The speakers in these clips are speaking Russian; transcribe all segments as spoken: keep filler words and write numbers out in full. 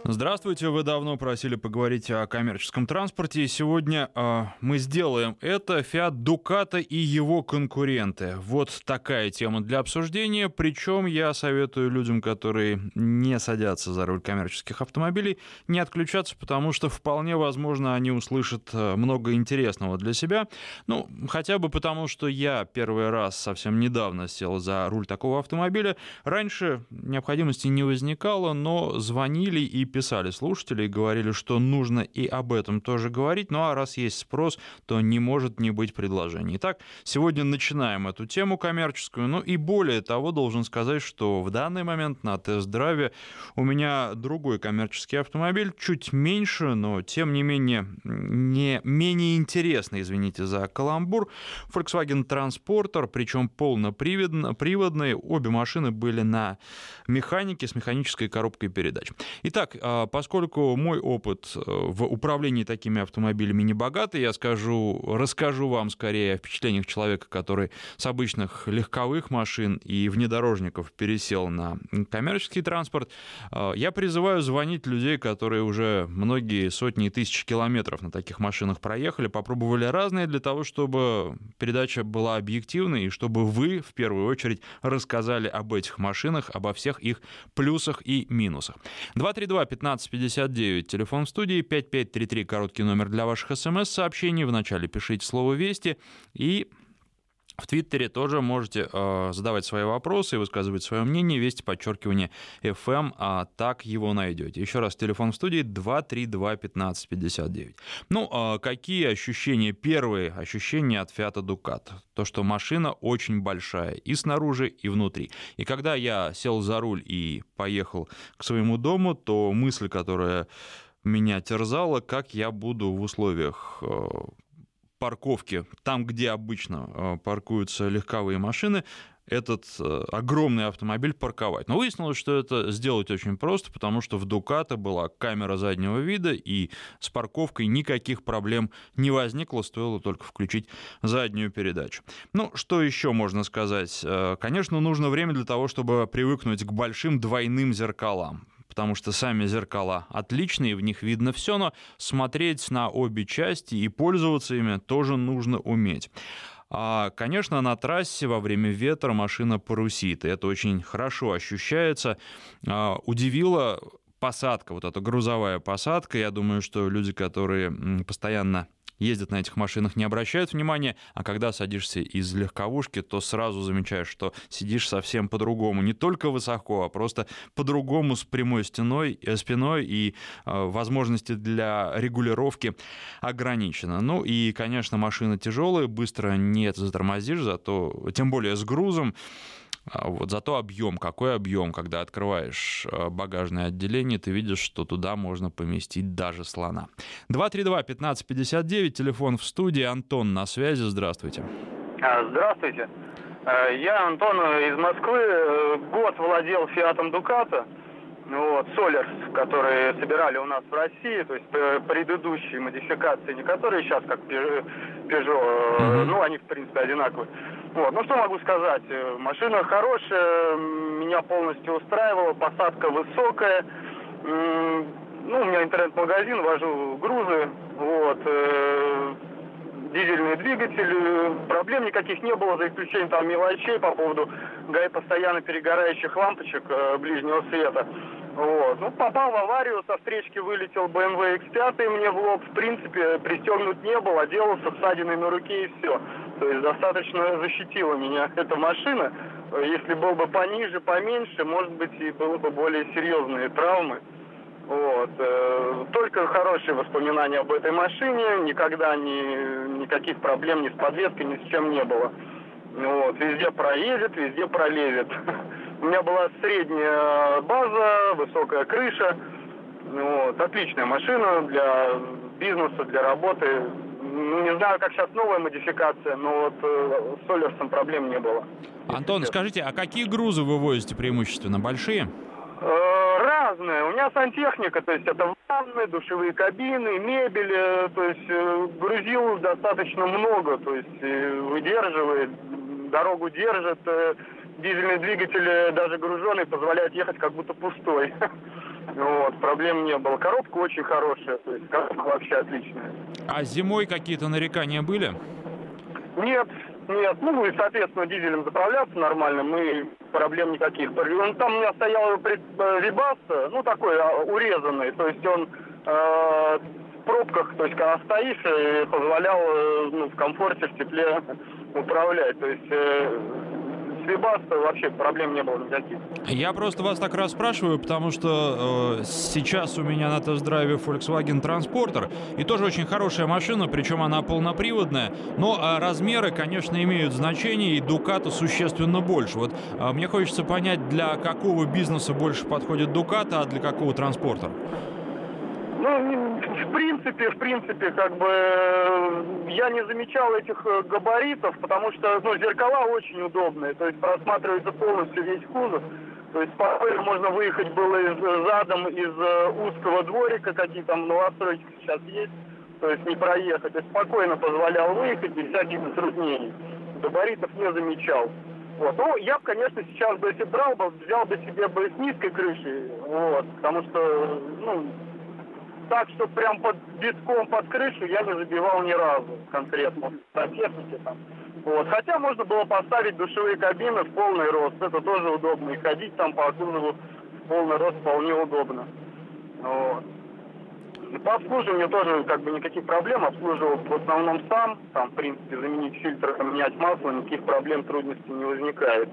Здравствуйте, вы давно просили поговорить о коммерческом транспорте, и сегодня э, мы сделаем это. Fiat Ducato и его конкуренты. Вот такая тема для обсуждения, причем я советую людям, которые не садятся за руль коммерческих автомобилей, не отключаться, потому что вполне возможно они услышат много интересного для себя. Ну, хотя бы потому, что я первый раз совсем недавно сел за руль такого автомобиля. Раньше необходимости не возникало, но звонили и писали слушатели и говорили, что нужно и об этом тоже говорить, ну а раз есть спрос, то не может не быть предложений. Итак, сегодня начинаем эту тему коммерческую, ну и более того, должен сказать, что в данный момент на тест-драйве у меня другой коммерческий автомобиль, чуть меньше, но тем не менее не менее интересный, извините за каламбур, Volkswagen Transporter, причем полноприводный, обе машины были на механике с механической коробкой передач. Итак, поскольку мой опыт в управлении такими автомобилями не богатый, я скажу, расскажу вам скорее о впечатлениях человека, который с обычных легковых машин и внедорожников пересел на коммерческий транспорт. Я призываю звонить людей, которые уже многие сотни и тысячи километров на таких машинах проехали, попробовали разные, для того, чтобы передача была объективной и чтобы вы, в первую очередь, рассказали об этих машинах, обо всех их плюсах и минусах. два три два пятнадцать пятьдесят девять, телефон в студии, пять пять три три, короткий номер для ваших смс-сообщений. Вначале пишите слово «Вести», и в Твиттере тоже можете э, задавать свои вопросы и высказывать свое мнение. Вести, подчеркивание, эф эм, а так его найдете. Еще раз, телефон в студии два три два пятнадцать пятьдесят девять. Ну, э, какие ощущения, первые ощущения от Fiat Ducato? То, что машина очень большая и снаружи, и внутри. И когда я сел за руль и поехал к своему дому, то мысль, которая меня терзала, как я буду в условиях э, парковки, там, где обычно паркуются легковые машины, этот огромный автомобиль парковать. Но выяснилось, что это сделать очень просто, потому что в Ducato была камера заднего вида, и с парковкой никаких проблем не возникло, стоило только включить заднюю передачу. Ну, что еще можно сказать? Конечно, нужно время для того, чтобы привыкнуть к большим двойным зеркалам, потому что сами зеркала отличные, в них видно все, но смотреть на обе части и пользоваться ими тоже нужно уметь. А, конечно, на трассе во время ветра машина парусит, и это очень хорошо ощущается. А, удивила посадка, вот эта грузовая посадка. Я думаю, что люди, которые постоянно ездят на этих машинах, не обращают внимания, а когда садишься из легковушки, то сразу замечаешь, что сидишь совсем по-другому, не только высоко, а просто по-другому, с прямой стеной, спиной, и э, возможности для регулировки ограничены. Ну и, конечно, машина тяжелая, быстро не затормозишь, зато, тем более с грузом. Вот зато объем, какой объем, когда открываешь багажное отделение, ты видишь, что туда можно поместить даже слона. два три два пятнадцать пятьдесят девять, телефон в студии, Антон на связи, здравствуйте. Здравствуйте, я Антон из Москвы, год владел Fiat Ducato, вот, Solers, которые собирали у нас в России, то есть предыдущие модификации, не которые сейчас как Peugeot, mm-hmm. ну они в принципе одинаковые. Вот. Ну, что могу сказать, машина хорошая, меня полностью устраивала, посадка высокая, ну, у меня интернет-магазин, вожу грузы, вот, дизельный двигатель, проблем никаких не было, за исключением там мелочей по поводу постоянно перегорающих лампочек ближнего света. Вот. Ну, попал в аварию, со встречки вылетел бэ эм вэ икс пять мне в лоб, в принципе, пристегнут не был, отделался ссадиной на руке и все. То есть достаточно защитила меня эта машина. Если был бы пониже, поменьше, может быть, и было бы более серьезные травмы. Вот. Только хорошие воспоминания об этой машине, никогда ни, никаких проблем ни с подвеской, ни с чем не было. Вот. Везде проедет, везде пролезет. У меня была средняя база, высокая крыша. Вот. Отличная машина для бизнеса, для работы. Ну, не знаю, как сейчас новая модификация, но вот э, с Солерсом проблем не было. Антон, скажите, а какие грузы вы возите преимущественно? Большие? Э, разные. У меня сантехника, то есть это ванны, душевые кабины, мебель. Э, то есть э, грузил достаточно много, то есть э, выдерживает, дорогу держит. Э, дизельный двигатель, даже груженный, позволяет ехать как будто пустой. Вот, проблем не было. Коробка очень хорошая, то есть коробка вообще отличная. А зимой какие-то нарекания были? Нет, нет. Ну и, соответственно, дизелем заправляться нормально, мы проблем никаких. Он, там у меня стоял Вибас, ну такой урезанный, то есть он э, в пробках, то есть когда стоишь, и позволял э, ну, в комфорте, в тепле управлять. То есть э, с Вибас вообще проблем не было никаких. Я просто вас так расспрашиваю, потому что э, сейчас у меня на тест-драйве Volkswagen Transporter, и тоже очень хорошая машина, причем она полноприводная, но э, размеры, конечно, имеют значение, и Ducato существенно больше. Вот э, мне хочется понять, для какого бизнеса больше подходит Ducato, а для какого Transporter? Ну, в принципе, в принципе, как бы я не замечал этих габаритов, потому что, ну, зеркала очень удобные, то есть просматривается полностью весь кузов. То есть спокойно можно выехать было из, задом из узкого дворика, какие там новостройки сейчас есть, то есть не проехать. И спокойно позволял выехать без всяких затруднений. Габаритов не замечал. Вот. Ну, я бы, конечно, сейчас бы, если брал бы, взял бы себе бы с низкой крышей, вот, потому что, ну, так что прям под битком под крышу я не забивал ни разу конкретно на технике там. Вот. Хотя можно было поставить душевые кабины в полный рост. Это тоже удобно. И ходить там по кузову в полный рост вполне удобно. Вот. И по обслуживанию тоже как бы никаких проблем. Обслуживал в основном сам. Там, в принципе, заменить фильтр, менять масло, никаких проблем, трудностей не возникает.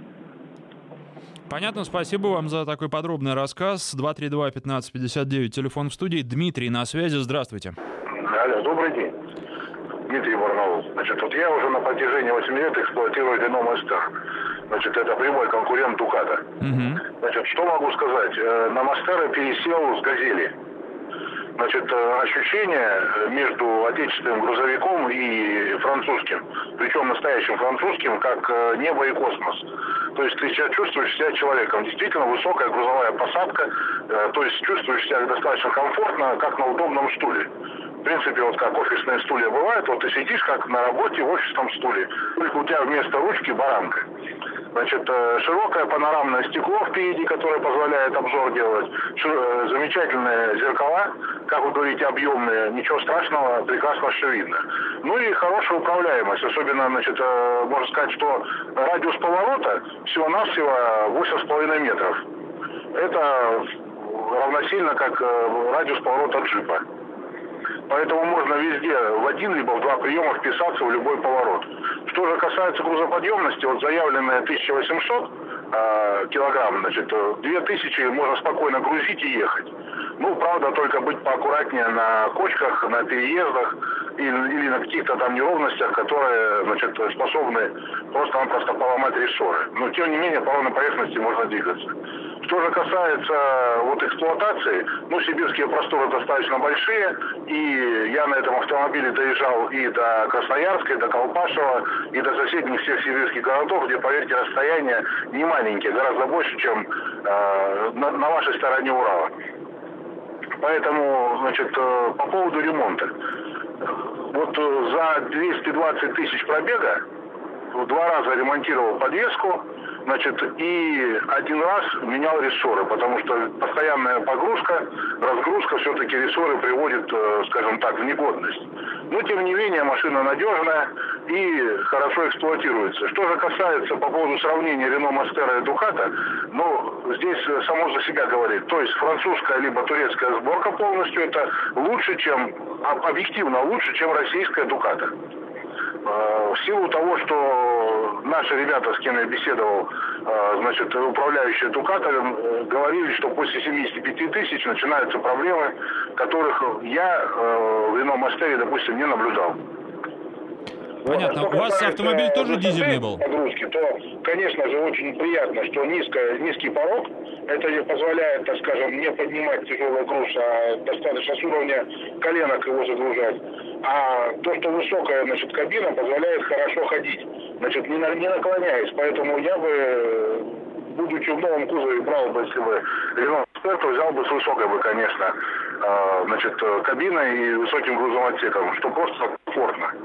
Понятно, спасибо вам за такой подробный рассказ. два три два пятнадцать пятьдесят девять, телефон в студии. Дмитрий на связи, здравствуйте. Алло, добрый день. Дмитрий Барнаул. Значит, вот я уже на протяжении восьми лет эксплуатирую Renault Master. Значит, это прямой конкурент Ducato. Угу. Значит, что могу сказать? На Master пересел с Газели. Значит, ощущение между отечественным грузовиком и французским, причем настоящим французским, как небо и космос. То есть ты себя чувствуешь себя человеком. Действительно высокая грузовая посадка, то есть чувствуешь себя достаточно комфортно, как на удобном стуле. В принципе, вот как офисные стулья бывают, вот ты сидишь как на работе в офисном стуле, только у тебя вместо ручки баранка. Значит, широкое панорамное стекло впереди, которое позволяет обзор делать, замечательные зеркала, как вы говорите, объемные, ничего страшного, прекрасно все видно. Ну и хорошая управляемость, особенно, значит, можно сказать, что радиус поворота всего-навсего восемь с половиной метров. Это равносильно как радиус поворота джипа. Поэтому можно везде в один либо в два приема вписаться в любой поворот. Что же касается грузоподъемности, вот заявленные тысяча восемьсот э, килограмм, значит, две тысячи можно спокойно грузить и ехать. Ну, правда, только быть поаккуратнее на кочках, на переездах или, или на каких-то там неровностях, которые, значит, способны просто-напросто поломать рессоры. Но, тем не менее, по ровной поверхности можно двигаться. Что же касается вот эксплуатации, ну, сибирские просторы достаточно большие, и я на этом автомобиле доезжал и до Красноярска, и до Колпашева, и до соседних всех сибирских городов, где, поверьте, расстояние не маленькие, гораздо больше, чем э, на, на вашей стороне Урала. Поэтому, значит, э, по поводу ремонта. Вот за двести двадцать тысяч пробега в два раза ремонтировал подвеску, значит, и один раз менял рессоры, потому что постоянная погрузка, разгрузка все-таки рессоры приводит, скажем так, в негодность. Но, тем не менее, машина надежная и хорошо эксплуатируется. Что же касается по поводу сравнения Renault Master и Ducato, ну, здесь само за себя говорит. То есть французская либо турецкая сборка полностью это лучше, чем, объективно лучше, чем российская Ducato. В силу того, что наши ребята, с кем я беседовал, значит, управляющие Ducato, говорили, что после семидесяти пяти тысяч начинаются проблемы, которых я в Renault Master, допустим, не наблюдал. Понятно. Вот, у вас автомобиль тоже дизельный был? Погрузки, то, конечно же, очень приятно, что низкая, низкий порог, это не позволяет, так скажем, не поднимать тяжелый груз, а достаточно с уровня коленок его загружать. А то, что высокая, значит, кабина, позволяет хорошо ходить, значит, не, на, не наклоняясь. Поэтому я бы, будучи в новом кузове, брал бы, если бы Renault Master, то взял бы с высокой бы, конечно, значит, кабиной и высоким грузовым отсеком, что просто комфортно.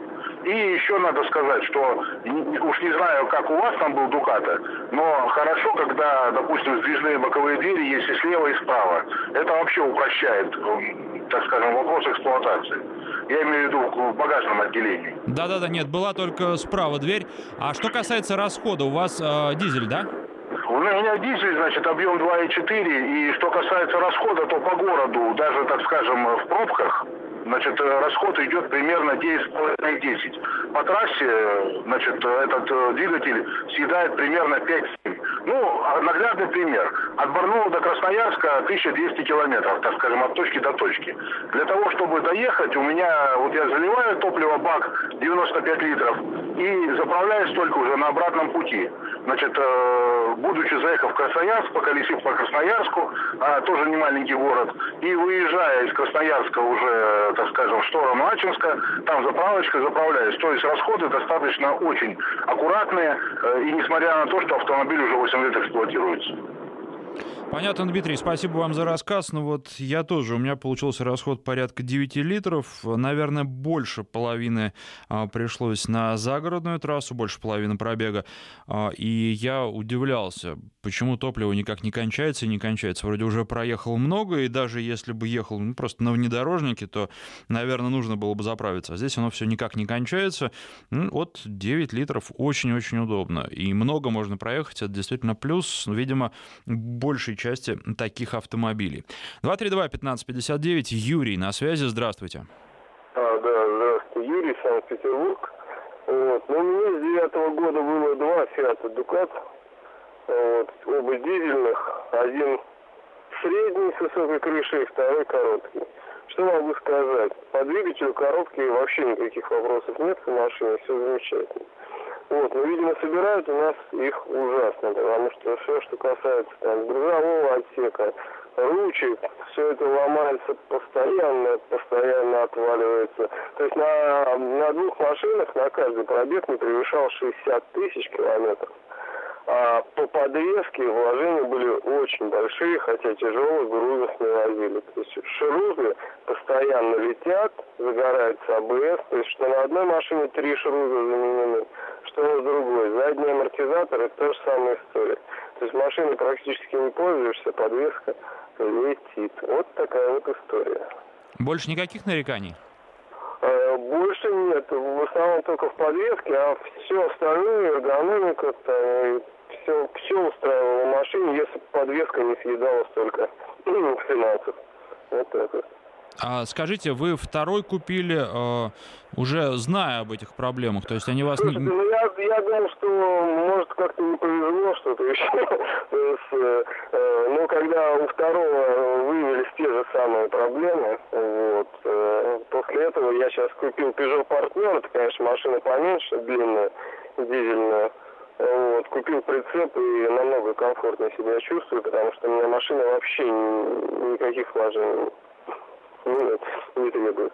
И еще надо сказать, что уж не знаю, как у вас там был Дуката, но хорошо, когда, допустим, сдвижные боковые двери есть и слева, и справа. Это вообще упрощает, так скажем, вопрос эксплуатации. Я имею в виду в багажном отделении. Да-да-да, нет, была только справа дверь. А что касается расхода, у вас э, дизель, да? У меня дизель, значит, объем два и четыре, и что касается расхода, то по городу, даже, так скажем, в пробках, значит, расход идет примерно девять с половиной — десять. По трассе, значит, этот двигатель съедает примерно пять-семь. Ну, наглядный пример. От Барнаула до Красноярска тысяча двести километров, так скажем, от точки до точки. Для того, чтобы доехать, у меня, вот я заливаю топливо, бак девяносто пять литров, и заправляюсь только уже на обратном пути. Значит, будучи заехав в Красноярск, поколесив по Красноярску, а, тоже не маленький город, и выезжая из Красноярска уже, так скажем, в сторону Ачинска, там заправочка, заправляюсь. То есть расходы достаточно очень аккуратные, и несмотря на то, что автомобиль уже восемь лет эксплуатируется. Понятно, Дмитрий, спасибо вам за рассказ. Ну вот я тоже, у меня получился расход порядка девяти литров. Наверное, больше половины а, пришлось на загородную трассу, больше половины пробега. А, и я удивлялся, почему топливо никак не кончается и не кончается. Вроде уже проехал много, и даже если бы ехал ну, просто на внедорожнике, то, наверное, нужно было бы заправиться. А здесь оно все никак не кончается. Ну, вот девять литров очень-очень удобно. И много можно проехать, это действительно плюс. Видимо, большей части таких автомобилей. два три два пятнадцать пятьдесят девять. Юрий на связи. Здравствуйте. А, да, здравствуйте. Юрий, Санкт-Петербург. Вот. Ну, у меня с девятого года было два Фиата Дукат. Вот. Оба дизельных. Один средний с высокой крышей, второй короткий. Что могу сказать? По двигателю коробки вообще никаких вопросов нет в машине, все замечательно. Вот, но, видимо, собирают у нас их ужасно, потому что все, что касается там грузового отсека, ручек, все это ломается постоянно, постоянно отваливается. То есть на, на двух машинах на каждый пробег не превышал шестьдесят тысяч километров. А по подвеске вложения были очень большие, хотя тяжелых грузов не возили. То есть шрузы постоянно летят, загорается АБС. То есть что на одной машине три шруза заменены, что на другой. Задний амортизатор — это та же самая история. То есть машиной практически не пользуешься, подвеска летит. Вот такая вот история. Больше никаких нареканий? Больше нет. В основном только в подвеске, а все остальное, эргономика, там, все, все устраивало в машине, если подвеска не съедала столько финансов. Вот это. А скажите, вы второй купили, э, уже зная об этих проблемах, то есть они вас... Слушайте, ну я, я думал, что может как-то не повезло что-то еще. Но когда у второго выявились те же самые проблемы, вот, после этого я сейчас купил Peugeot Partner, это, конечно, машина поменьше, длинная, дизельная. Вот, купил прицеп и намного комфортнее себя чувствую, потому что у меня машина вообще ни, никаких вложений нет, не требует.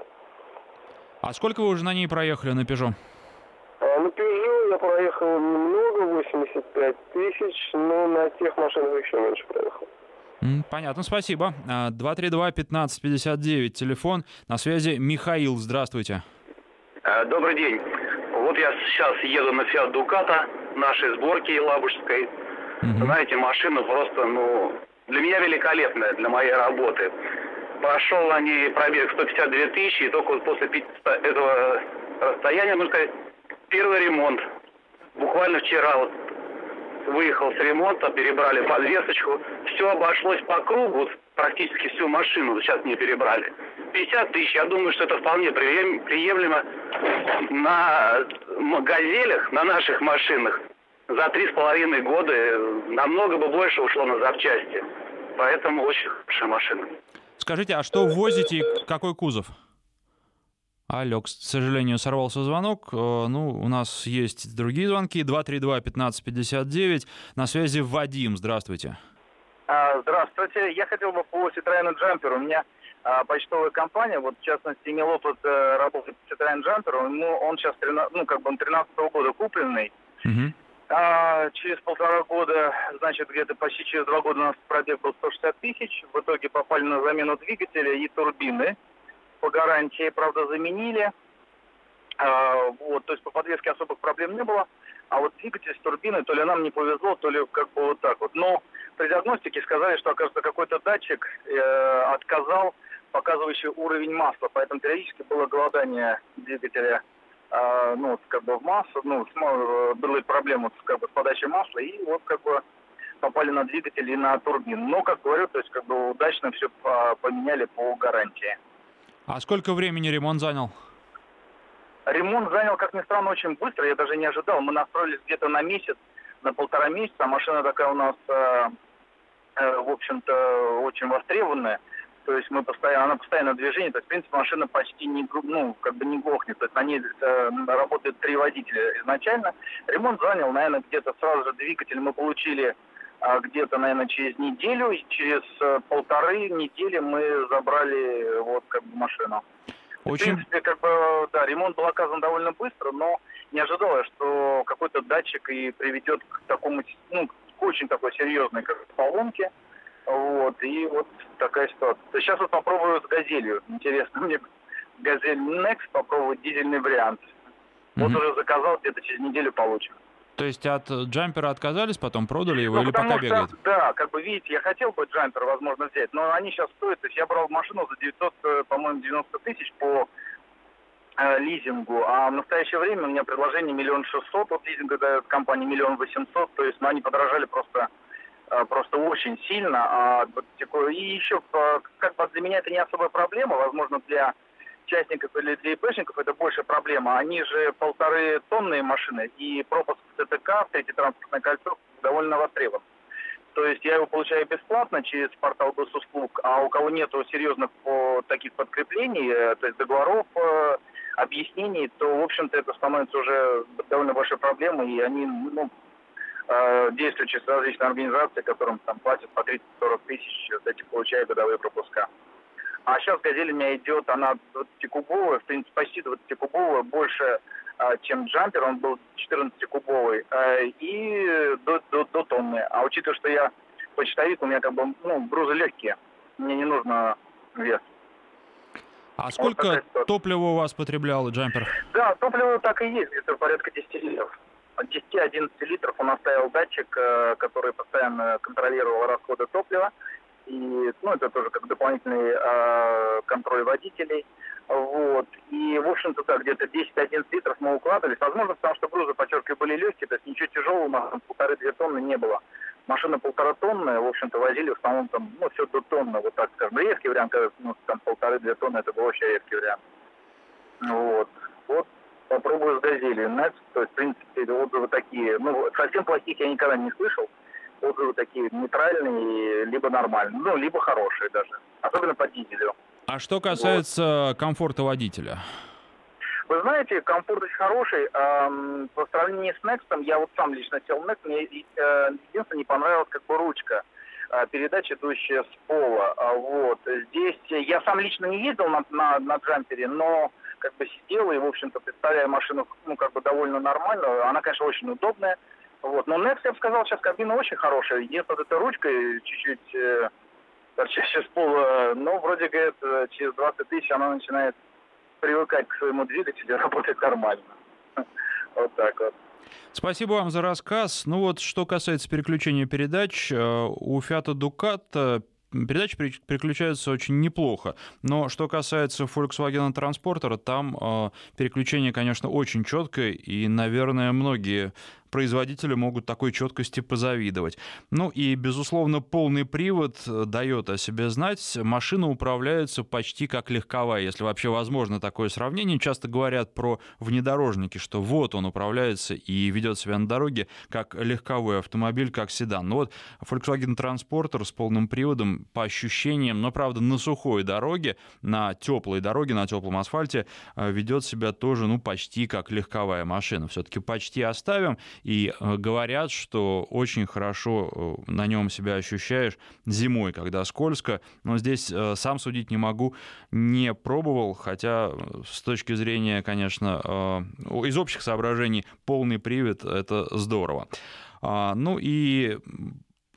А сколько вы уже на ней проехали, на Peugeot? А, на Peugeot я проехал немного, восемьдесят пять тысяч, но на тех машинах еще меньше проехал. Понятно, спасибо. два три два пятнадцать пятьдесят девять, телефон. На связи Михаил, здравствуйте. Добрый день. Вот я сейчас еду на Fiat Ducato нашей сборки елабужской. Угу. Знаете, машина просто, ну, для меня великолепная, для моей работы. Прошел на ней пробег сто пятьдесят две тысячи, и только вот после этого расстояния, можно сказать, первый ремонт. Буквально вчера вот выехал с ремонта, перебрали подвесочку. Все обошлось по кругу, вот практически всю машину сейчас не перебрали. пятьдесят тысяч, я думаю, что это вполне приемлемо на «Газелях», на наших машинах. За три с половиной года намного бы больше ушло на запчасти. Поэтому очень хорошая машина. Скажите, а что возите и какой кузов? Алло, к сожалению, сорвался звонок. Ну, у нас есть другие звонки. два три два пятнадцать пятьдесят девять. На связи Вадим. Здравствуйте. Здравствуйте. Я хотел бы по Citroёn Jumper. У меня а, почтовая компания, вот в частности, имел опыт а, работы по Citroёn Jumper. Ему он сейчас, ну, как бы он тринадцатого года купленный. Угу. А, через полтора года, значит, где-то почти через два года у нас пробег был сто шестьдесят тысяч. В итоге попали на замену двигателя и турбины. По гарантии, правда, заменили. Вот, то есть по подвеске особых проблем не было. А вот двигатель с турбиной, то ли нам не повезло, то ли как бы вот так вот. Но при диагностике сказали, что, оказывается, какой-то датчик э, отказал, показывающий уровень масла. Поэтому периодически было голодание двигателя, э, ну, как бы в массу, ну, с, были проблемы как бы, с подачей масла, и вот как бы попали на двигатель и на турбину. Но, как говорю, то есть как бы удачно все поменяли по гарантии. А сколько времени ремонт занял? Ремонт занял, как ни странно, очень быстро. Я даже не ожидал. Мы настроились где-то на месяц, на полтора месяца. Машина такая у нас, э, э, в общем-то, очень востребованная. То есть мы постоянно, она постоянно в движении. То есть, в принципе, машина почти не, ну, как бы не глохнет. То есть на ней э, работают три водителя изначально. Ремонт занял, наверное, где-то сразу же двигатель мы получили э, где-то, наверное, через неделю. И через э, полторы недели мы забрали вот как бы машину. Очень... В принципе, как бы, да, ремонт был оказан довольно быстро, но не ожидала, что какой-то датчик и приведет к такому, ну, к очень такой серьезной как поломке. Вот, и вот такая ситуация. Сейчас вот попробую с «Газелью». Интересно мне «Газель Next» попробовать дизельный вариант. Mm-hmm. Вот уже заказал, где-то через неделю получим. То есть от джампера отказались, потом продали его, ну, или пока что, бегает? Да, как бы видите, я хотел бы джампер, возможно, взять, но они сейчас стоят. То есть я брал машину за девятьсот, по-моему, девяносто тысяч по э, лизингу, а в настоящее время у меня предложение миллион шестьсот от лизинга дает компания миллион восемьсот, то есть ну, они подорожали просто, э, просто очень сильно. А, и еще, как бы для меня это не особая проблема, возможно, для участников или для ИПшников это больше проблема. Они же полторы тонные машины, и пропуск в ТТК, в третье транспортное кольцо, довольно востребован. То есть я его получаю бесплатно через портал госуслуг, а у кого нету серьезных по, таких подкреплений, то есть договоров, объяснений, то, в общем-то, это становится уже довольно большой проблемой, и они, ну, действуют через различные организации, которым там платят по тридцать-сорок тысяч, вот эти получают годовые пропуска. А сейчас «Газель» у меня идет, она двадцатикубовая, в принципе, почти двадцатикубовая, больше, э, чем джампер, он был четырнадцатикубовый, э, и до, до, до тонны. А учитывая, что я почтовик, у меня как бы, ну, грузы легкие, мне не нужно вес. А сколько вот топлива у вас потреблял джампер? Да, топливо так и есть, где-то порядка десять литров. От десяти-одиннадцати литров он оставил датчик, э, который постоянно контролировал расходы топлива. И, ну, это тоже как дополнительный э, контроль водителей. Вот. И, в общем-то, да, где-то десять-одиннадцать литров мы укладывались. Возможно, потому что грузы, подчеркиваю, были легкие, то есть ничего тяжелого, машина полторы-две тонны не было. Машина полтора тонны, в общем-то, возили в основном там, ну, все до тонны, вот так скажем. Редкий вариант, когда, ну, там полторы-две тонны, это был вообще редкий вариант. Вот. Вот. Попробую с «Газелью». То есть, в принципе, отзывы такие, ну, совсем плохих я никогда не слышал. Отзывы такие нейтральные, либо нормальные, ну, либо хорошие даже, особенно по дизелю. А что касается вот. комфорта водителя? Вы знаете, комфорт очень хороший. Эм, по сравнению с Next, я вот сам лично сел в Next, мне э, единственное не понравилась как бы ручка, э, передача, идущая с пола. А, вот. Здесь я сам лично не ездил на, на, на джампере, но как бы сидел и, в общем-то, представляю машину, ну, как бы довольно нормально. Она, конечно, очень удобная. Вот. Но Next, я бы сказал, сейчас кабина очень хорошая. Единственное, вот эта ручка чуть-чуть э, торчащая с пола, но вроде, говорят, через двадцать тысяч она начинает привыкать к своему двигателю, работать нормально. Вот так вот. Спасибо вам за рассказ. Ну вот, что касается переключения передач, у Fiat Ducato передачи переключаются очень неплохо. Но что касается Volkswagen Transporter, там э, переключение, конечно, очень четкое, и, наверное, многие производители могут такой четкости позавидовать. Ну и, безусловно, полный привод дает о себе знать. Машина управляется почти как легковая, если вообще возможно такое сравнение. Часто говорят про внедорожники, что вот он управляется и ведет себя на дороге как легковой автомобиль, как седан. Но вот Volkswagen Transporter с полным приводом, по ощущениям, но, правда, на сухой дороге, на теплой дороге, на теплом асфальте, ведет себя тоже, ну, почти как легковая машина. Все-таки почти оставим. И говорят, что очень хорошо на нем себя ощущаешь зимой, когда скользко. Но здесь сам судить не могу, не пробовал, хотя с точки зрения, конечно, из общих соображений полный привод — это здорово. Ну и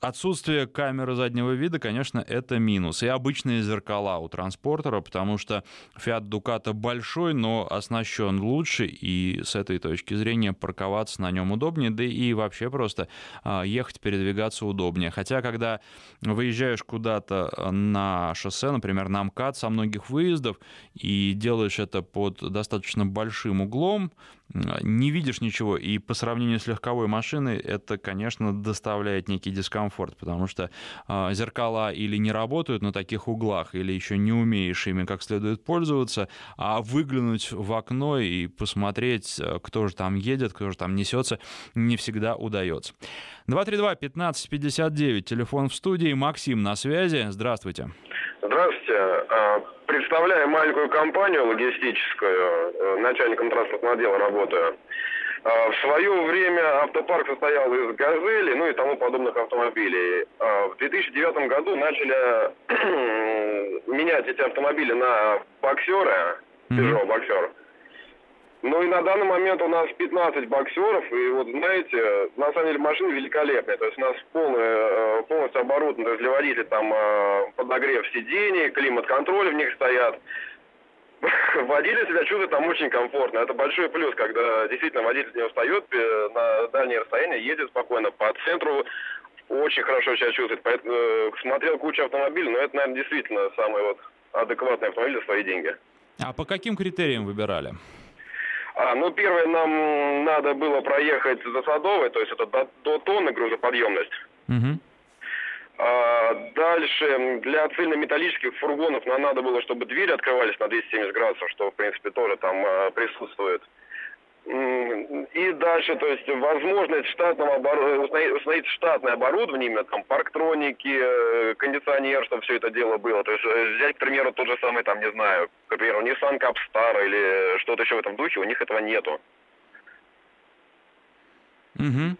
Отсутствие камеры заднего вида, конечно, это минус. И обычные зеркала у транспортера, потому что Fiat Ducato большой, но оснащен лучше, и с этой точки зрения парковаться на нем удобнее, да и вообще просто ехать, передвигаться удобнее. Хотя, когда выезжаешь куда-то на шоссе, например, на МКАД со многих выездов, и делаешь это под достаточно большим углом, не видишь ничего, и по сравнению с легковой машиной это, конечно, доставляет некий дискомфорт, потому что э, зеркала или не работают на таких углах, или еще не умеешь ими как следует пользоваться, а выглянуть в окно и посмотреть, кто же там едет, кто же там несется, не всегда удается. два три два пятнадцать пятьдесят девять, телефон в студии. Максим на связи. Здравствуйте. Здравствуйте. Представляю маленькую компанию логистическую, начальником транспортного отдела работаю. В свое время автопарк состоял из «Газели», ну и тому подобных автомобилей. В две тысячи девятом году начали менять эти автомобили на боксеры, Peugeot боксер. Ну и на данный момент у нас пятнадцать боксеров, и вот знаете, на самом деле машины великолепные, то есть у нас полный, полностью оборудован, то есть для водителей там подогрев сидений, климат-контроль в них стоят. Водитель себя чувствует там очень комфортно, это большой плюс, когда действительно водитель не устает, на дальние расстояния едет спокойно, по центру очень хорошо себя чувствует, поэтому смотрел кучу автомобилей, но это, наверное, действительно самый вот адекватный автомобиль за свои деньги. А по каким критериям выбирали? А, ну, первое, нам надо было проехать за Садовой, то есть это до, до тонны грузоподъемность. Угу. А, дальше, для цельнометаллических фургонов нам надо было, чтобы двери открывались на двести семьдесят градусов, что, в принципе, тоже там а, присутствует. И дальше, то есть, возможность штатного оборудования, установить штатное оборудование, именно там парктроники, кондиционер, чтобы все это дело было. То есть, взять, к примеру, тот же самый, там, не знаю, к примеру, Nissan Capstar или что-то еще в этом духе, у них этого нету. Угу.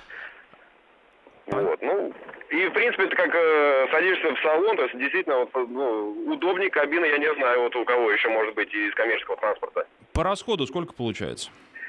Вот, ну, и, в принципе, это как э, садишься в салон, то есть, действительно, вот, ну, удобнее кабины, я не знаю, вот у кого еще может быть из коммерческого транспорта. По расходу сколько получается?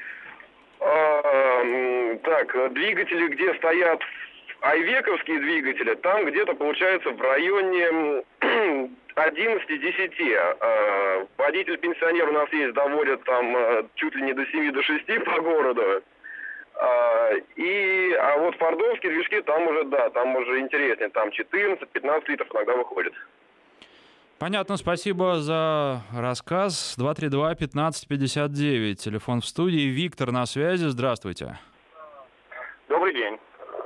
А, так, двигатели, где стоят айвековские двигатели, там где-то получается в районе одиннадцать-десять. А, водитель-пенсионер у нас есть, доводит там чуть ли не до семи, до шести по городу. А, и, а вот фордовские движки, там уже, да, там уже интереснее, там четырнадцать-пятнадцать литров иногда выходит. Понятно, спасибо за рассказ. два три два пятнадцать пятьдесят девять, телефон в студии. Виктор на связи, здравствуйте. Добрый день.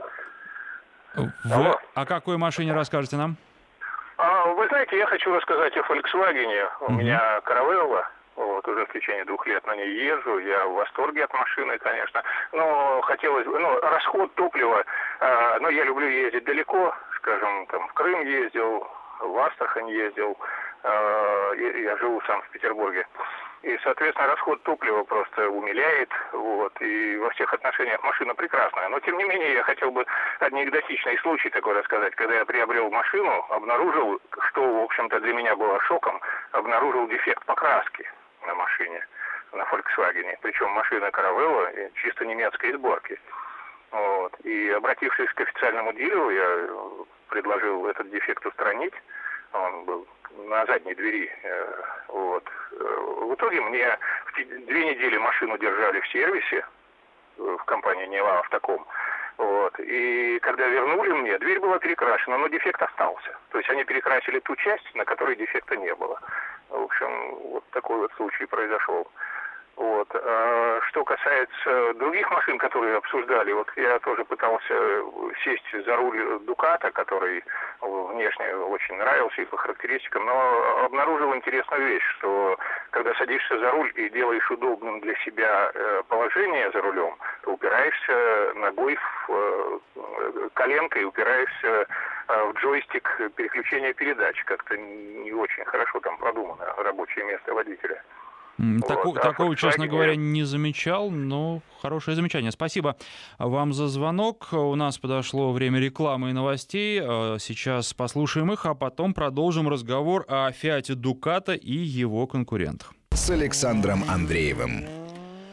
Вы о какой машине расскажете нам? А, вы знаете, я хочу рассказать о Volkswagen. У угу. меня Caravella. Вот, уже в течение двух лет на ней езжу. Я в восторге от машины, конечно. Но хотелось бы... Ну, расход топлива... Э, ну, я люблю ездить далеко. Скажем, там, в Крым ездил, в Астрахань ездил. Э, я живу в Санкт-Петербурге. И, соответственно, расход топлива просто умиляет. Вот, и во всех отношениях машина прекрасная. Но, тем не менее, я хотел бы анекдотичный случай такой рассказать. Когда я приобрел машину, обнаружил, что, в общем-то, для меня было шоком, обнаружил дефект покраски на машине, на Volkswagen. Причем машина Caravella чисто немецкой сборки. Вот. И, обратившись к официальному дилеру, я предложил этот дефект устранить. Он был на задней двери. Вот. В итоге мне две недели машину держали в сервисе в компании Нева Автоком. Вот. И когда вернули мне, дверь была перекрашена, но дефект остался. То есть они перекрасили ту часть, на которой дефекта не было. В общем, вот такой вот случай произошел. Вот. А что касается других машин, которые обсуждали, вот я тоже пытался сесть за руль Дуката, который внешне очень нравился и по характеристикам, но обнаружил интересную вещь, что когда садишься за руль и делаешь удобным для себя положение за рулем, то упираешься ногой в коленкой, упираешься в джойстик переключения передач. Как-то не очень хорошо там продумано рабочее место водителя. Таку, вот, такого, а честно говоря, не замечал, но хорошее замечание. Спасибо вам за звонок. У нас подошло время рекламы и новостей. Сейчас послушаем их, а потом продолжим разговор о Fiat Ducato и его конкурентах. С Александром Андреевым.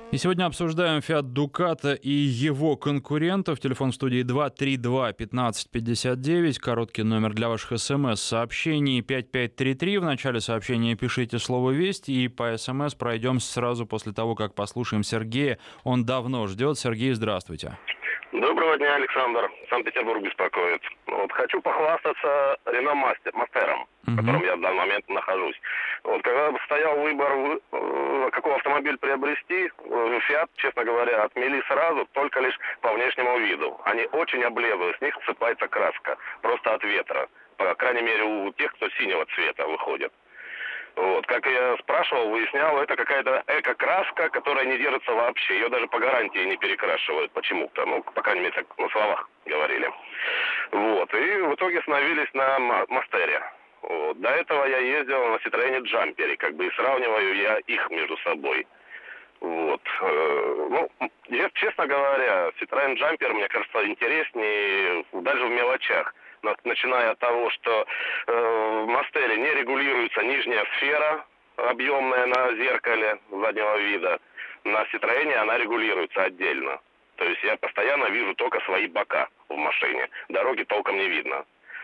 И сегодня обсуждаем Fiat Ducato и его конкурентов. Телефон в студии два три два пятнадцать пятьдесят девять. Короткий номер для ваших смс-сообщений пять пять три три. В начале сообщения пишите слово «Весть». И по смс пройдем сразу после того, как послушаем Сергея. Он давно ждет. Сергей, здравствуйте. Доброго дня, Александр. Санкт-Петербург беспокоит. Вот, хочу похвастаться Рено Мастером, в котором я в данный момент нахожусь. Вот, когда стоял выбор, какой автомобиль приобрести, Fiat, честно говоря, отмели сразу, только лишь по внешнему виду. Они очень облезлые, с них ссыпается краска, просто от ветра. По крайней мере, у тех, кто синего цвета выходит. Вот, как я спрашивал, выяснял, это какая-то эко-краска, которая не держится вообще. Ее даже по гарантии не перекрашивают почему-то. Ну, по крайней мере, так на словах говорили. Вот, и в итоге остановились на Мастере. Вот. До этого я ездил на Citroёn Джампере, как бы и сравниваю я их между собой. Вот. Ну, я, честно говоря, Citroёn Джампер, мне кажется, интереснее даже в мелочах. Начиная от того, что э, в Мастере не регулируется нижняя сфера, объемная на зеркале заднего вида. На Citroёне она регулируется отдельно. То есть я постоянно вижу только свои бока в машине. Дороги толком не видно.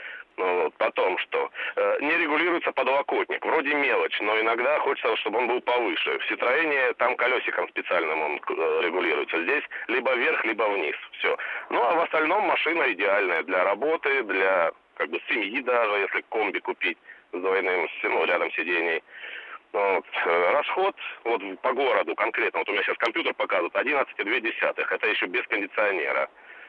Ну, вот. Потом что? Э, не регулируется подлокотник. Вроде мелочь, но иногда хочется, чтобы он был повыше. В Citroёне там колесиком специальным он э, регулируется. Здесь либо вверх, либо вниз. Все. Ну, а в остальном машина идеальная для работы, для как бы семьи даже, если комби купить с двойным, ну, рядом сидений. Вот. Расход вот по городу конкретно, вот у меня сейчас компьютер показывает одиннадцать целых две десятых. Это еще без кондиционера.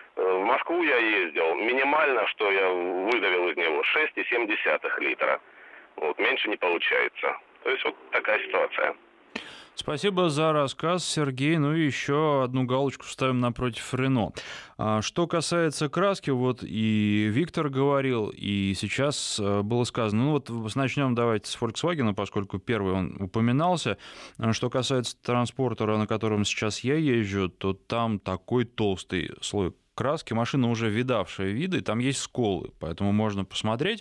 В Москву я ездил. Минимально, что я выдавил из него, шесть целых семь десятых литра. Вот, меньше не получается. То есть вот такая ситуация. Спасибо за рассказ, Сергей. Ну и еще одну галочку ставим напротив Рено. А что касается краски, вот и Виктор говорил, и сейчас было сказано. Ну вот начнем давайте с Volkswagen, поскольку первый он упоминался. Что касается транспортера, на котором сейчас я езжу, то там такой толстый слой краски, машина уже видавшая виды, там есть сколы, поэтому можно посмотреть,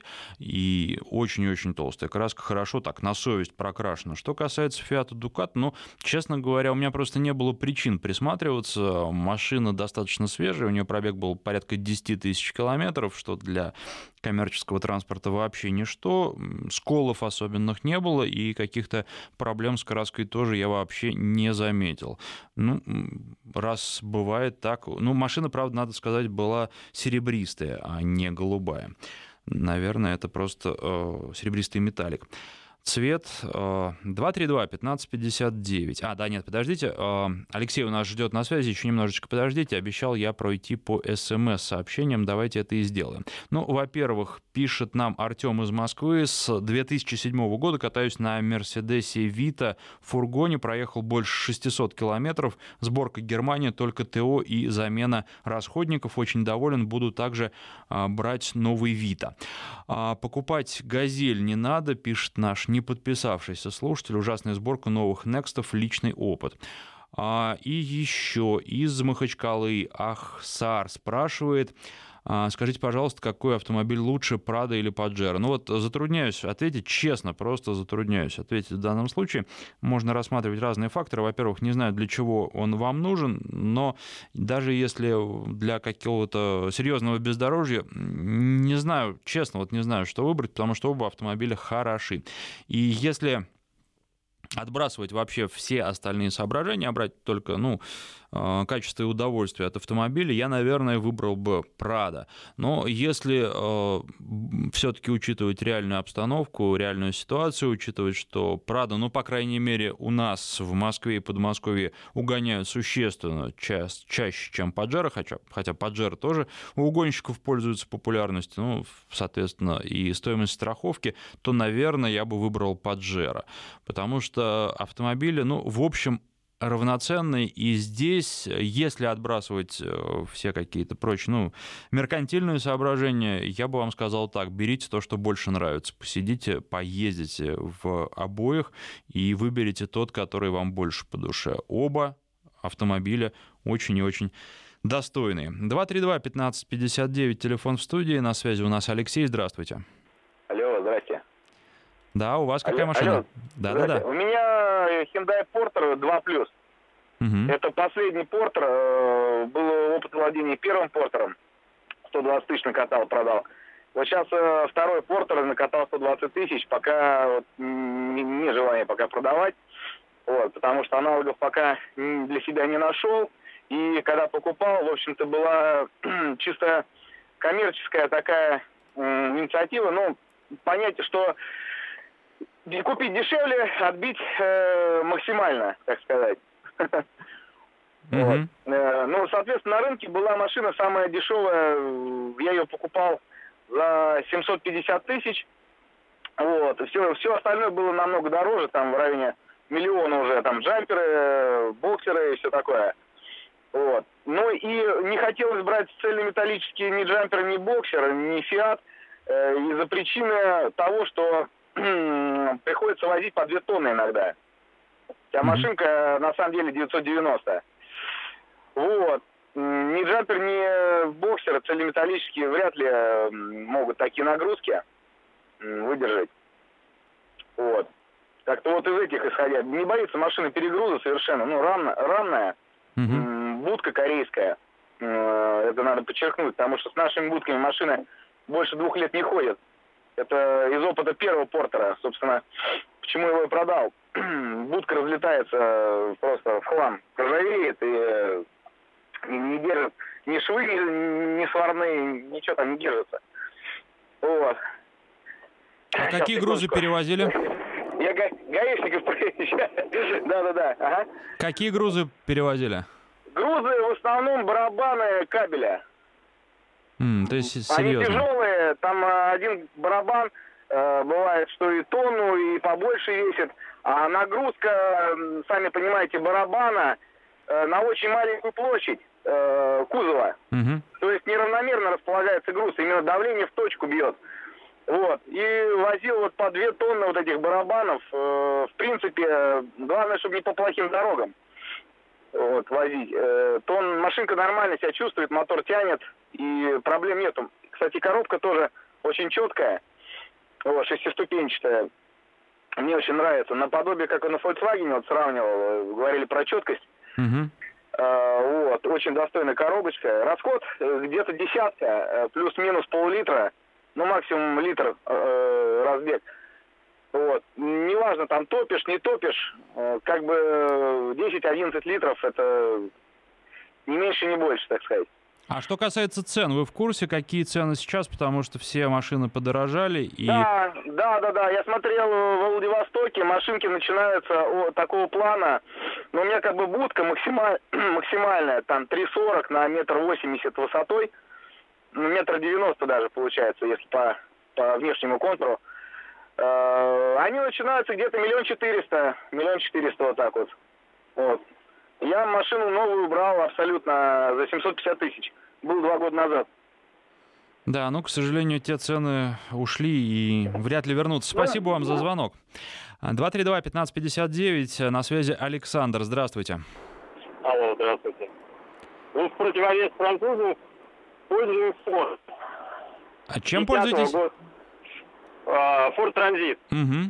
и очень-очень толстая краска, хорошо так, на совесть прокрашена. Что касается Fiat Ducato, ну, честно говоря, у меня просто не было причин присматриваться, машина достаточно свежая, у нее пробег был порядка десять тысяч километров, что для коммерческого транспорта вообще ничто, сколов особенных не было, и каких-то проблем с краской тоже я вообще не заметил. Ну, раз бывает так, ну, машина, правда, надо сказать, была серебристая, а не голубая. Наверное, это просто э, серебристый металлик. Цвет два три два пятнадцать пятьдесят девять. А, да, нет, подождите. Алексей у нас ждет на связи. Еще немножечко подождите. Обещал я пройти по СМС-сообщениям. Давайте это и сделаем. Ну, во-первых, пишет нам Артем из Москвы. С две тысячи седьмого года катаюсь на Мерседесе Вита в фургоне. Проехал больше шестисот километров. Сборка Германия, только ТО и замена расходников. Очень доволен. Буду также брать новый Вита. Покупать «Газель» не надо, пишет наш не подписавшийся слушатель. Ужасная сборка новых Некстов, личный опыт. А, и еще из Махачкалы Ахсар спрашивает, а, скажите, пожалуйста, какой автомобиль лучше, Прада или Паджеро? Ну вот затрудняюсь ответить, честно, просто затрудняюсь ответить в данном случае. Можно рассматривать разные факторы. Во-первых, не знаю, для чего он вам нужен, но даже если для какого-то серьезного бездорожья, не знаю, честно, вот не знаю, что выбрать, потому что оба автомобиля хороши. И если отбрасывать вообще все остальные соображения, а брать только, ну, качество и удовольствие от автомобиля, я, наверное, выбрал бы Прада. Но если э, все-таки учитывать реальную обстановку, реальную ситуацию, учитывать, что Прада, ну, по крайней мере, у нас в Москве и Подмосковье угоняют существенно ча- чаще, чем Паджеро, хотя, хотя Паджеро тоже у угонщиков пользуется популярностью, ну, соответственно, и стоимость страховки, то, наверное, я бы выбрал Паджеро, потому что автомобили, ну, в общем, равноценный, и здесь, если отбрасывать все какие-то прочие, ну, меркантильные соображения, я бы вам сказал так: берите то, что больше нравится, посидите, поездите в обоих и выберите тот, который вам больше по душе. Оба автомобиля очень и очень достойные. два три два пятнадцать пятьдесят девять, телефон в студии, на связи у нас Алексей, здравствуйте. Алло, здрасте. Да, у вас какая алло, машина? Алло. Да, да, да. У меня Hyundai Porter два плюс. Угу. Это последний портер. Э, был опыт владения первым портером. сто двадцать тысяч накатал, продал. Вот сейчас э, второй портер накатал сто двадцать тысяч, пока вот, не, не желание пока продавать. Вот, потому что аналогов пока для себя не нашел. И когда покупал, в общем-то, была чисто коммерческая такая э, инициатива. Ну, понятие, что купить дешевле, отбить э, максимально, так сказать. Mm-hmm. Вот. Э, ну, соответственно, на рынке была машина самая дешевая. Я ее покупал за семьсот пятьдесят тысяч. Вот. Все, все остальное было намного дороже, там в районе миллиона уже, там джамперы, боксеры и все такое. Вот. Ну и не хотелось брать цельнометаллические ни джамперы, ни боксеры, ни фиат, э, из-за причины того, что приходится возить по две тонны иногда. А машинка на самом деле девятьсот девяносто. Вот. Ни джампер, ни боксер цельнометаллические вряд ли могут такие нагрузки выдержать. Вот. Как-то вот из этих исходя. Не боится машина перегруза совершенно. Ну, рамная, рамная mm-hmm. будка корейская. Это надо подчеркнуть, потому что с нашими будками машины больше двух лет не ходят. Это из опыта первого портера, собственно, почему его и продал. Будка разлетается просто в хлам, ржавеет и не, не держит. Ни швы, ни, ни сварные, ничего там не держится. Вот. А сейчас, какие секундочку. Грузы перевозили? Я га- гаишников проезжаю. Да-да-да. Ага. Какие грузы перевозили? Грузы в основном барабаны кабеля. Mm, то есть серьезно. Они тяжелые, там один барабан э, бывает, что и тонну, и побольше весит, а нагрузка, сами понимаете, барабана э, на очень маленькую площадь э, кузова. Mm-hmm. То есть неравномерно располагается груз, именно давление в точку бьет. Вот. И возил вот по две тонны вот этих барабанов. Э, в принципе, главное, чтобы не по плохим дорогам. Вот, возить. Э, то он, машинка нормально себя чувствует, мотор тянет, и проблем нету. Кстати, коробка тоже очень четкая, вот, шестиступенчатая. Мне очень нравится. Наподобие, как на Volkswagen, вот сравнивал, говорили про четкость. Uh-huh. Э, вот, очень достойная коробочка. Расход где-то десятка, э, плюс-минус пол-литра, ну, максимум литр э, разбег. Вот. Неважно, там топишь, не топишь, как бы десять-одиннадцать литров, это не меньше, не больше, так сказать. А что касается цен, вы в курсе, какие цены сейчас, потому что все машины подорожали? И... Да, да, да, да, я смотрел в Владивостоке, машинки начинаются от такого плана, но у меня как бы будка максималь... максимальная, там три сорок на метр восемьдесят высотой, ну, метр девяносто даже получается, если по, по внешнему контуру. Они начинаются где-то миллион четыреста, миллион четыреста вот так вот. Вот. Я машину новую брал абсолютно за семьсот пятьдесят тысяч. Был два года назад. Да, ну, к сожалению, те цены ушли и вряд ли вернутся. Спасибо вам за звонок. два три два пятнадцать пятьдесят девять, на связи Александр. Здравствуйте. Алло, здравствуйте. Ну, в противовес французам пользуюсь Ford. А чем пользуетесь? Ford Transit. Угу.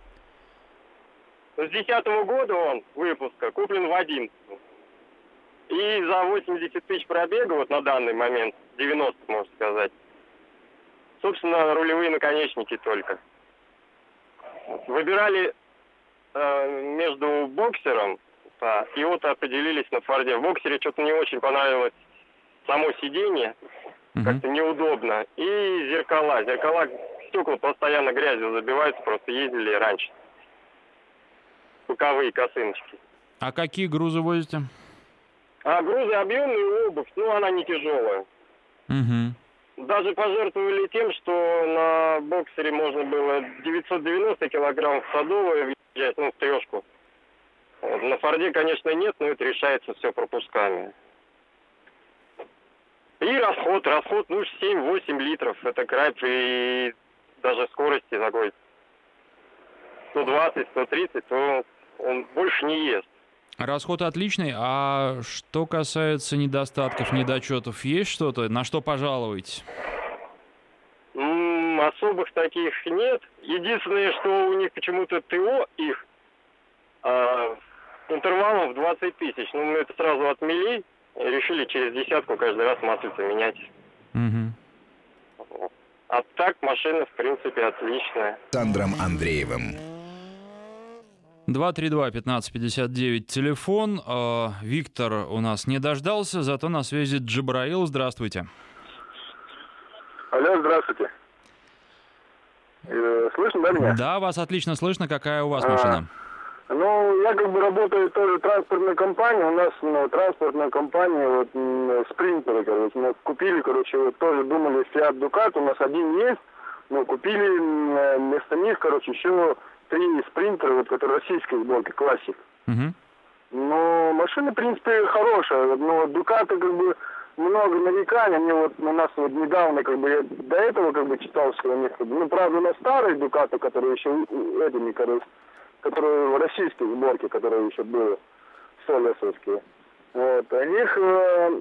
С две тысячи десятого года он, выпуска, куплен в одиннадцатом. И за восемьдесят тысяч пробега, вот на данный момент, девяносто, можно сказать. Собственно, рулевые наконечники только. Выбирали э, между боксером, да, и вот определились на Форде. В боксере что-то не очень понравилось само сиденье, uh-huh. как-то неудобно. И зеркала. Зеркала, стекла постоянно грязью забиваются, просто ездили раньше. Боковые косыночки. А какие грузы возите? А грузы объемные, обувь, ну она не тяжелая. Угу. Даже пожертвовали тем, что на боксере можно было девятьсот девяносто килограмм в садовое въезжать, ну в трешку. Вот. На Форде, конечно, нет, но это решается все пропусками. И расход, расход, ну семь-восемь литров, это край при даже скорости такой сто двадцать - сто тридцать, то он больше не ест. Расход отличный, а что касается недостатков, недочетов, есть что-то, на что пожалуетесь? М-м, особых таких нет. Единственное, что у них почему-то ТО их, а, интервалом в двадцать тысяч. Ну, мы это сразу отмели и решили через десятку каждый раз маслица менять. Угу. А так машина, в принципе, отличная. С Андром Андреевым. два три два пятнадцать пятьдесят девять телефон. Виктор у нас не дождался, зато на связи Джабраил. Здравствуйте. Алло, здравствуйте. Э, слышно, да, меня? Да, вас отлично слышно. Какая у вас а, машина? Ну, я как бы работаю тоже в транспортной компании. У нас ну, транспортная компания, вот, спринтеры, короче. Мы купили, короче, вот, тоже думали Fiat Ducato. У нас один есть, но купили вместо них, короче, еще три спринтера, вот, которые российской сборки, классик. Угу. Но машина, в принципе, хорошая. Но Ducato, как бы, много нареканий. Мне вот у нас вот недавно, как бы, я до этого, как бы, читал, что у них, ну, правда, на старой Ducato, которые еще этими, короче, которые в российской сборке, которые еще были, солесовские. Вот. У них э,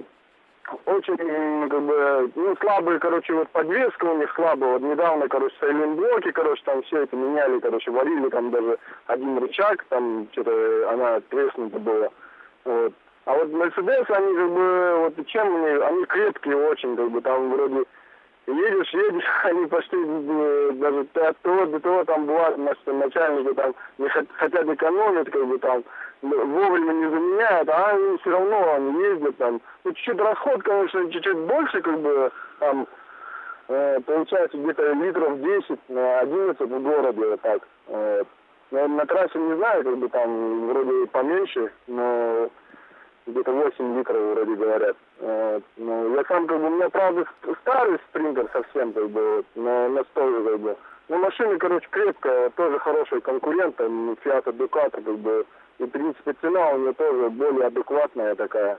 очень, как бы, ну, слабые, короче, вот подвеска у них слабая. Вот недавно, короче, сайлентблоки, короче, там все это меняли, короче, варили там даже один рычаг, там что-то она треснута была. Вот. А вот Mercedes, они, как бы, вот чем они, они крепкие очень, как бы, там вроде едешь, едешь, они почти даже от того до того там бывают, значит, начальники там не хотят экономить, как бы там вовремя не заменяют, а они все равно они ездят там. Ну, чуть-чуть расход, конечно, чуть-чуть больше, как бы там э, получается где-то литров десять-одиннадцать в городе, вот так. Э, на, на трассе не знаю, как бы там вроде поменьше, но где-то восемь литров, вроде говорят. Э, ну, я сам, как бы, у меня, правда, старый спринтер совсем, как бы, вот, но на столе, как бы. Ну, машина, короче, крепкая, тоже хороший конкурент, Fiat Ducato, как бы, и, в принципе, цена у нее тоже более адекватная такая.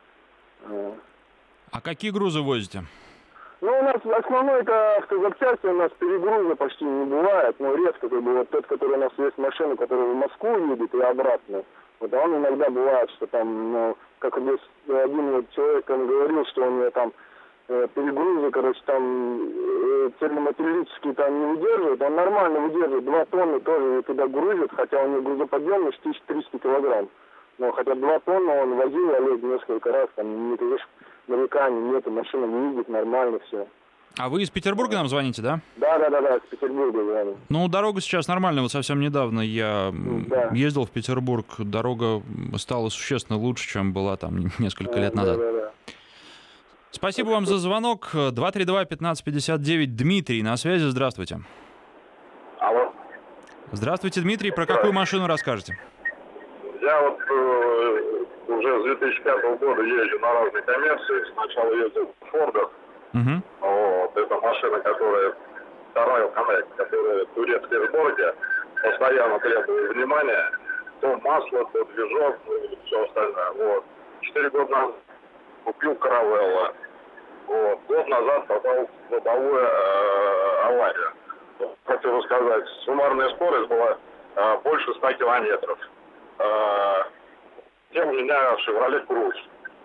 Э. А какие грузы возите? Ну, у нас основной это автозапчасти, у нас перегруза почти не бывает, но редко, как бы, вот тот, который у нас есть машина, которая в Москву едет и обратно. Вот, а он иногда бывает, что там, ну, как здесь один вот человек он говорил, что у него там э, перегрузы, короче, там э, цельноматериалические там не выдерживает, он нормально выдерживает, два тонны тоже туда грузит, хотя у него грузоподъемность тысяча триста килограмм. Но хотя два тонны он возил, Олег, несколько раз, там никаких нареканий нету, машина едет нормально все. А вы из Петербурга нам звоните, да? Да, да, да, да, из Петербурга звоню. Ну, дорога сейчас нормальная. Вот совсем недавно я да. ездил в Петербург. Дорога стала существенно лучше, чем была там несколько лет назад. Да, да, да. Спасибо вам за звонок. два три два пятнадцать пятьдесят девять. Дмитрий на связи. Здравствуйте. Алло. Здравствуйте, Дмитрий. Про какую машину расскажете? Я вот э, уже с две тысячи пятого года езжу на разные коммерции. Сначала ездил в Фордах. Угу. Вот, это машина, которая вторая Connect, которая в турецкой сборке, постоянно требует внимания. То масло, то движок, и все остальное. Вот. Четыре года назад купил Caravella. Вот. Год назад попал в лобовую э, аварию. Хотел сказать, суммарная скорость была э, больше ста километров. Э, тем у меня Chevrolet Cruze.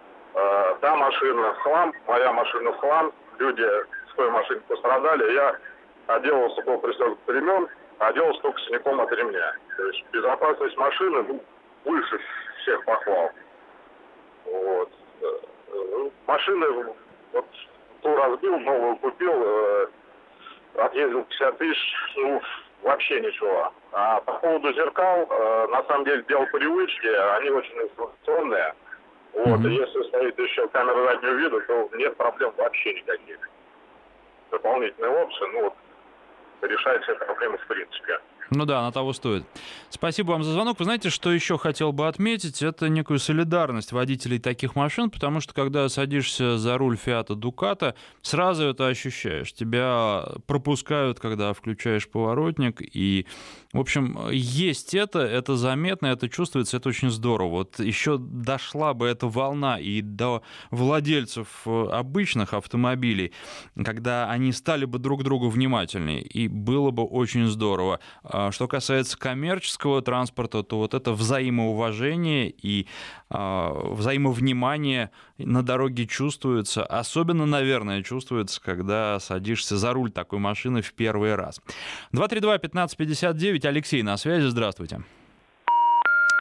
Э, та машина в хлам, моя машина в хлам. Люди с той машины пострадали. Я отделался, был пристегнут ремень, отделался только синяком от ремня. То есть безопасность машины, ну, выше всех похвал. Вот. Машины вот ту разбил, новую купил, э, отъездил пятьдесят тысяч, ну, вообще ничего. А по поводу зеркал, э, на самом деле дело привычки, они очень информационные. Вот, mm-hmm. и если стоит еще камера заднего вида, то нет проблем вообще никаких. Дополнительные опции, ну вот, решает все проблемы в принципе. Ну да, на того стоит. Спасибо вам за звонок. Вы знаете, что еще хотел бы отметить? Это некую солидарность водителей таких машин, потому что, когда садишься за руль Fiat Ducato, сразу это ощущаешь. Тебя пропускают, когда включаешь поворотник, и, в общем, есть это, это заметно, это чувствуется, это очень здорово. Вот еще дошла бы эта волна и до владельцев обычных автомобилей, когда они стали бы друг к другу внимательнее, и было бы очень здорово. Что касается коммерческого транспорта, то вот это взаимоуважение и э, взаимовнимание на дороге чувствуется. Особенно, наверное, чувствуется, когда садишься за руль такой машины в первый раз. два три два пятнадцать пятьдесят девять. Алексей на связи. Здравствуйте.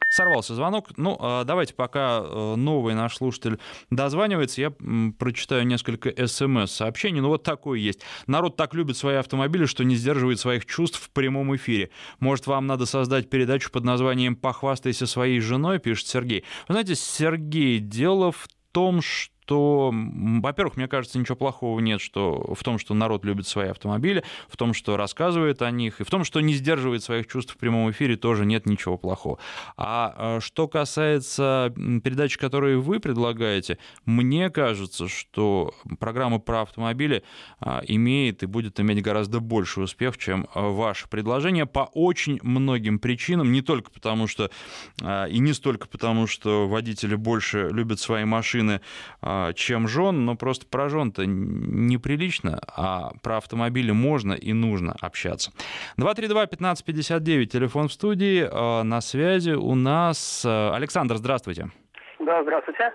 Сорвался звонок. Ну, давайте, пока новый наш слушатель дозванивается, я прочитаю несколько смс-сообщений. Ну, вот такое есть. Народ так любит свои автомобили, что не сдерживает своих чувств в прямом эфире. Может, вам надо создать передачу под названием «Похвастайся своей женой», пишет Сергей. Вы знаете, Сергей, дело в том, что что, во-первых, мне кажется, ничего плохого нет что, в том, что народ любит свои автомобили, в том, что рассказывает о них, и в том, что не сдерживает своих чувств в прямом эфире, тоже нет ничего плохого. А что касается передач, которые вы предлагаете, мне кажется, что программа про автомобили имеет и будет иметь гораздо больший успех, чем ваше предложение, по очень многим причинам, не только потому, что, и не столько потому, что водители больше любят свои машины, чем жен, но просто про жен-то неприлично, а про автомобили можно и нужно общаться. два три два пятнадцать пятьдесят девять, телефон в студии, на связи у нас Александр, здравствуйте. Да, здравствуйте.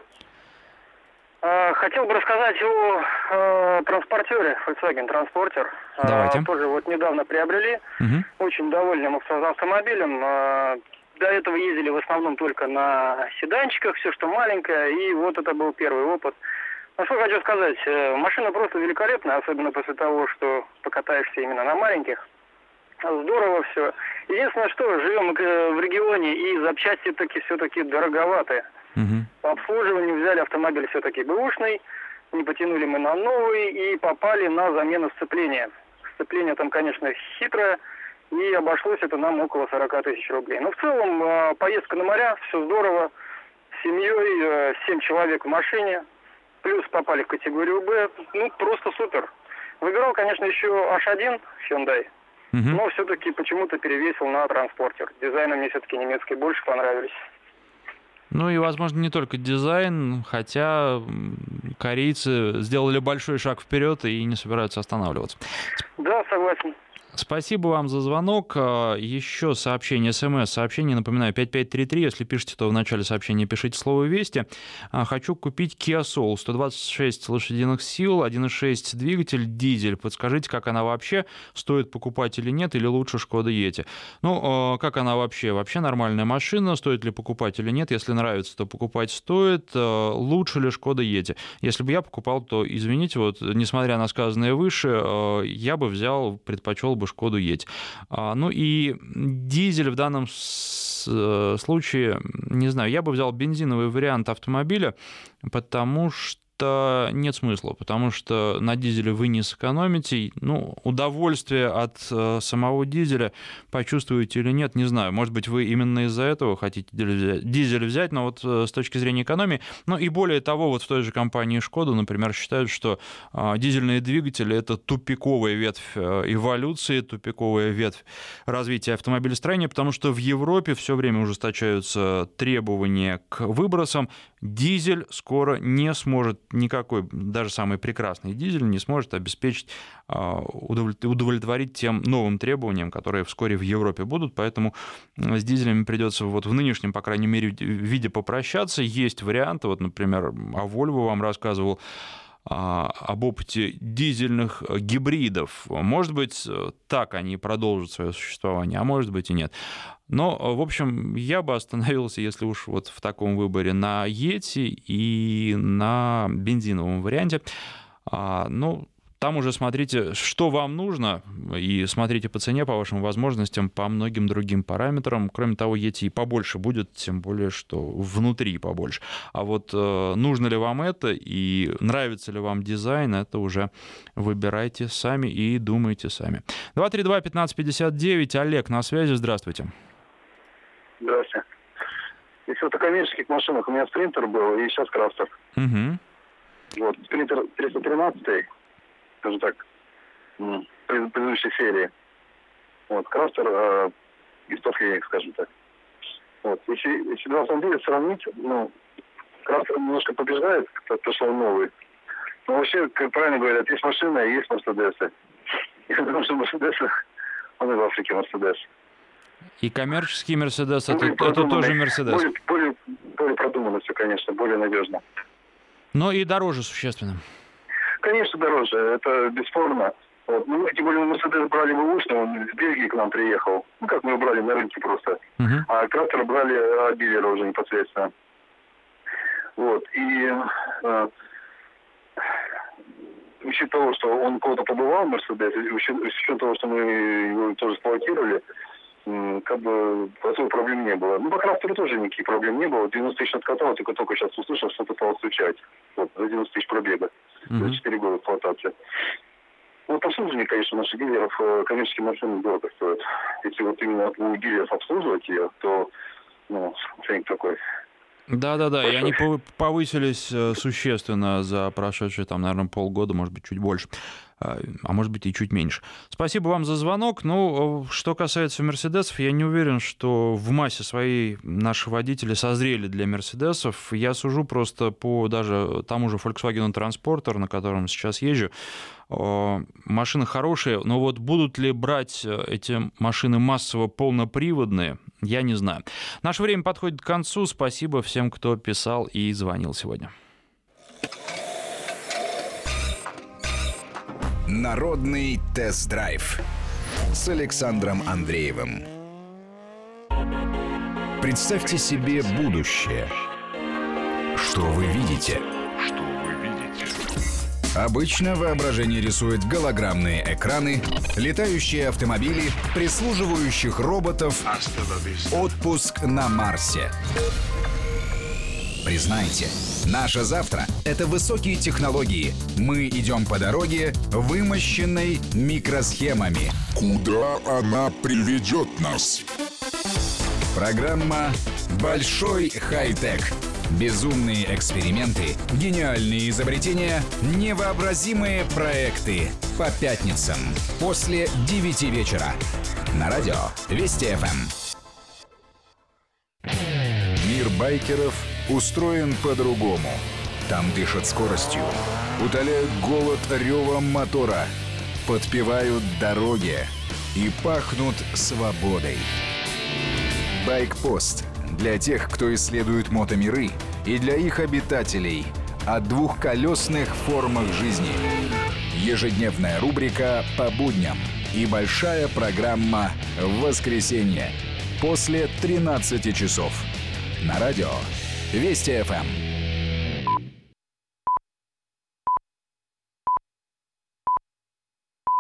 Хотел бы рассказать о транспортере, Volkswagen Transporter. Давайте. Тоже вот недавно приобрели, угу. Очень довольным автомобилем. До этого ездили в основном только на седанчиках, все что маленькое, и вот это был первый опыт. Ну что хочу сказать, машина просто великолепная, особенно после того, что покатаешься именно на маленьких. Здорово все. Единственное, что живем в регионе, и запчасти таки все-таки дороговаты. Угу. По обслуживанию взяли автомобиль все-таки бэушный, не потянули мы на новый и попали на замену сцепления. Сцепление там, конечно, хитрое. И обошлось это нам около сорок тысяч рублей. Но в целом поездка на моря, все здорово. С семьей, семь человек в машине. Плюс попали в категорию Б. Ну, просто супер. Выбирал, конечно, еще эйч один Hyundai. Угу. Но все-таки почему-то перевесил на транспортер. Дизайны мне все-таки немецкие больше понравились. Ну и, возможно, не только дизайн, хотя корейцы сделали большой шаг вперед и не собираются останавливаться. Да, согласен. Спасибо вам за звонок. Еще сообщение, смс-сообщение, напоминаю, пять пять три три. Если пишете, то в начале сообщения пишите слово «Вести». Хочу купить Kia Soul, сто двадцать шесть лошадиных сил, один и шесть двигатель, дизель. Подскажите, как она вообще, стоит покупать или нет, или лучше Шкода Йети? Ну, как она вообще? Вообще нормальная машина, стоит ли покупать или нет? Если нравится, то покупать стоит. Лучше ли Шкода Йети? Если бы я покупал, то, извините, вот, несмотря на сказанное выше, я бы взял, предпочел бы Шкоду Йети. Ну и дизель в данном случае, не знаю, я бы взял бензиновый вариант автомобиля, потому что нет смысла, потому что на дизеле вы не сэкономите. Ну, удовольствие от э, самого дизеля почувствуете или нет, не знаю. Может быть, вы именно из-за этого хотите дизель взять, но вот э, с точки зрения экономии. Ну и более того, вот в той же компании Шкода, например, считают, что э, дизельные двигатели — это тупиковая ветвь э, эволюции, тупиковая ветвь развития автомобилестроения, потому что в Европе все время ужесточаются требования к выбросам. Дизель скоро не сможет, никакой, даже самый прекрасный дизель не сможет обеспечить, удовлетворить тем новым требованиям, которые вскоре в Европе будут, поэтому с дизелями придется вот в нынешнем, по крайней мере, виде попрощаться. Есть варианты, вот, например, о Volvo вам рассказывал, об опыте дизельных гибридов. Может быть, так они продолжат свое существование, а может быть и нет. Но, в общем, я бы остановился, если уж вот в таком выборе, на Йети и на бензиновом варианте. Ну, там уже смотрите, что вам нужно, и смотрите по цене, по вашим возможностям, по многим другим параметрам. Кроме того, Йети и побольше будет, тем более, что внутри побольше. А вот э, нужно ли вам это и нравится ли вам дизайн, это уже выбирайте сами и думайте сами. два три два пятнадцать пятьдесят девять. Олег на связи, здравствуйте. Здравствуйте. Если вот о коммерческих машинах, у меня Спринтер был, и сейчас Крафтер. Угу. Вот, Спринтер триста тринадцать, скажем так, предыдущей серии. Вот, Крафтер э, из последних, скажем так. Вот, если, если два автомобиля сравнить, ну, Крафтер немножко побеждает, как пришел новый. Но вообще, как правильно говорят, есть машина, и есть Мерседесы. Я думаю, что Мерседесы, он и в Африке Мерседес. И коммерческий Мерседес, это, это тоже Мерседес. Более, более, более продуманно все, конечно, более надежно. Но и дороже существенно. Конечно, дороже, это бесспорно. Вот. Ну, тем более Мерседес брали бэушный, он из Бельгии к нам приехал. Ну, как мы его брали на рынке просто. Uh-huh. А Крастер брали от дилера уже непосредственно. Вот. И э, в счет того, что он кого-то побывал в Мерседес, в счет, в счет того, что мы его тоже эксплуатировали, как бы особой проблем не было. Ну, по Крастеру тоже никаких проблем не было. девяносто тысяч откатал, только только сейчас услышал, что пытался стучать. Вот, за девяносто тысяч пробега. Uh-huh. За четыре года эксплуатации. Ну, обслуживание, конечно, наших дилеров, коммерческие машины дорого стоят. Если вот именно у дилеров обслуживать ее, то, ну, ценник такой. Да-да-да, и они повысились существенно за прошедшие, там, наверное, полгода, может быть, чуть больше, а может быть, и чуть меньше. Спасибо вам за звонок. Ну, что касается «Мерседесов», я не уверен, что в массе своей наши водители созрели для «Мерседесов». Я сужу просто по даже тому же Volkswagen Transporter, на котором сейчас езжу. Машины хорошие, но вот будут ли брать эти машины массово полноприводные, я не знаю. Наше время подходит к концу. Спасибо всем, кто писал и звонил сегодня. Народный тест-драйв с Александром Андреевым. Представьте себе будущее. Что вы видите? Что вы видите? Обычно воображение рисует голограммные экраны, летающие автомобили, прислуживающих роботов, отпуск на Марсе. Признайте, наше завтра — это высокие технологии. Мы идем по дороге, вымощенной микросхемами. Куда она приведет нас? Программа «Большой хай-тек». Безумные эксперименты, гениальные изобретения, невообразимые проекты. По пятницам после девяти вечера. На радио Вести эф эм. Мир байкеров устроен по-другому. Там дышат скоростью, утоляют голод ревом мотора, подпевают дороге и пахнут свободой. Байкпост для тех, кто исследует мотомиры, и для их обитателей о двухколесных формах жизни. Ежедневная рубрика по будням и большая программа в воскресенье после тринадцати часов. На радио Вести эф эм.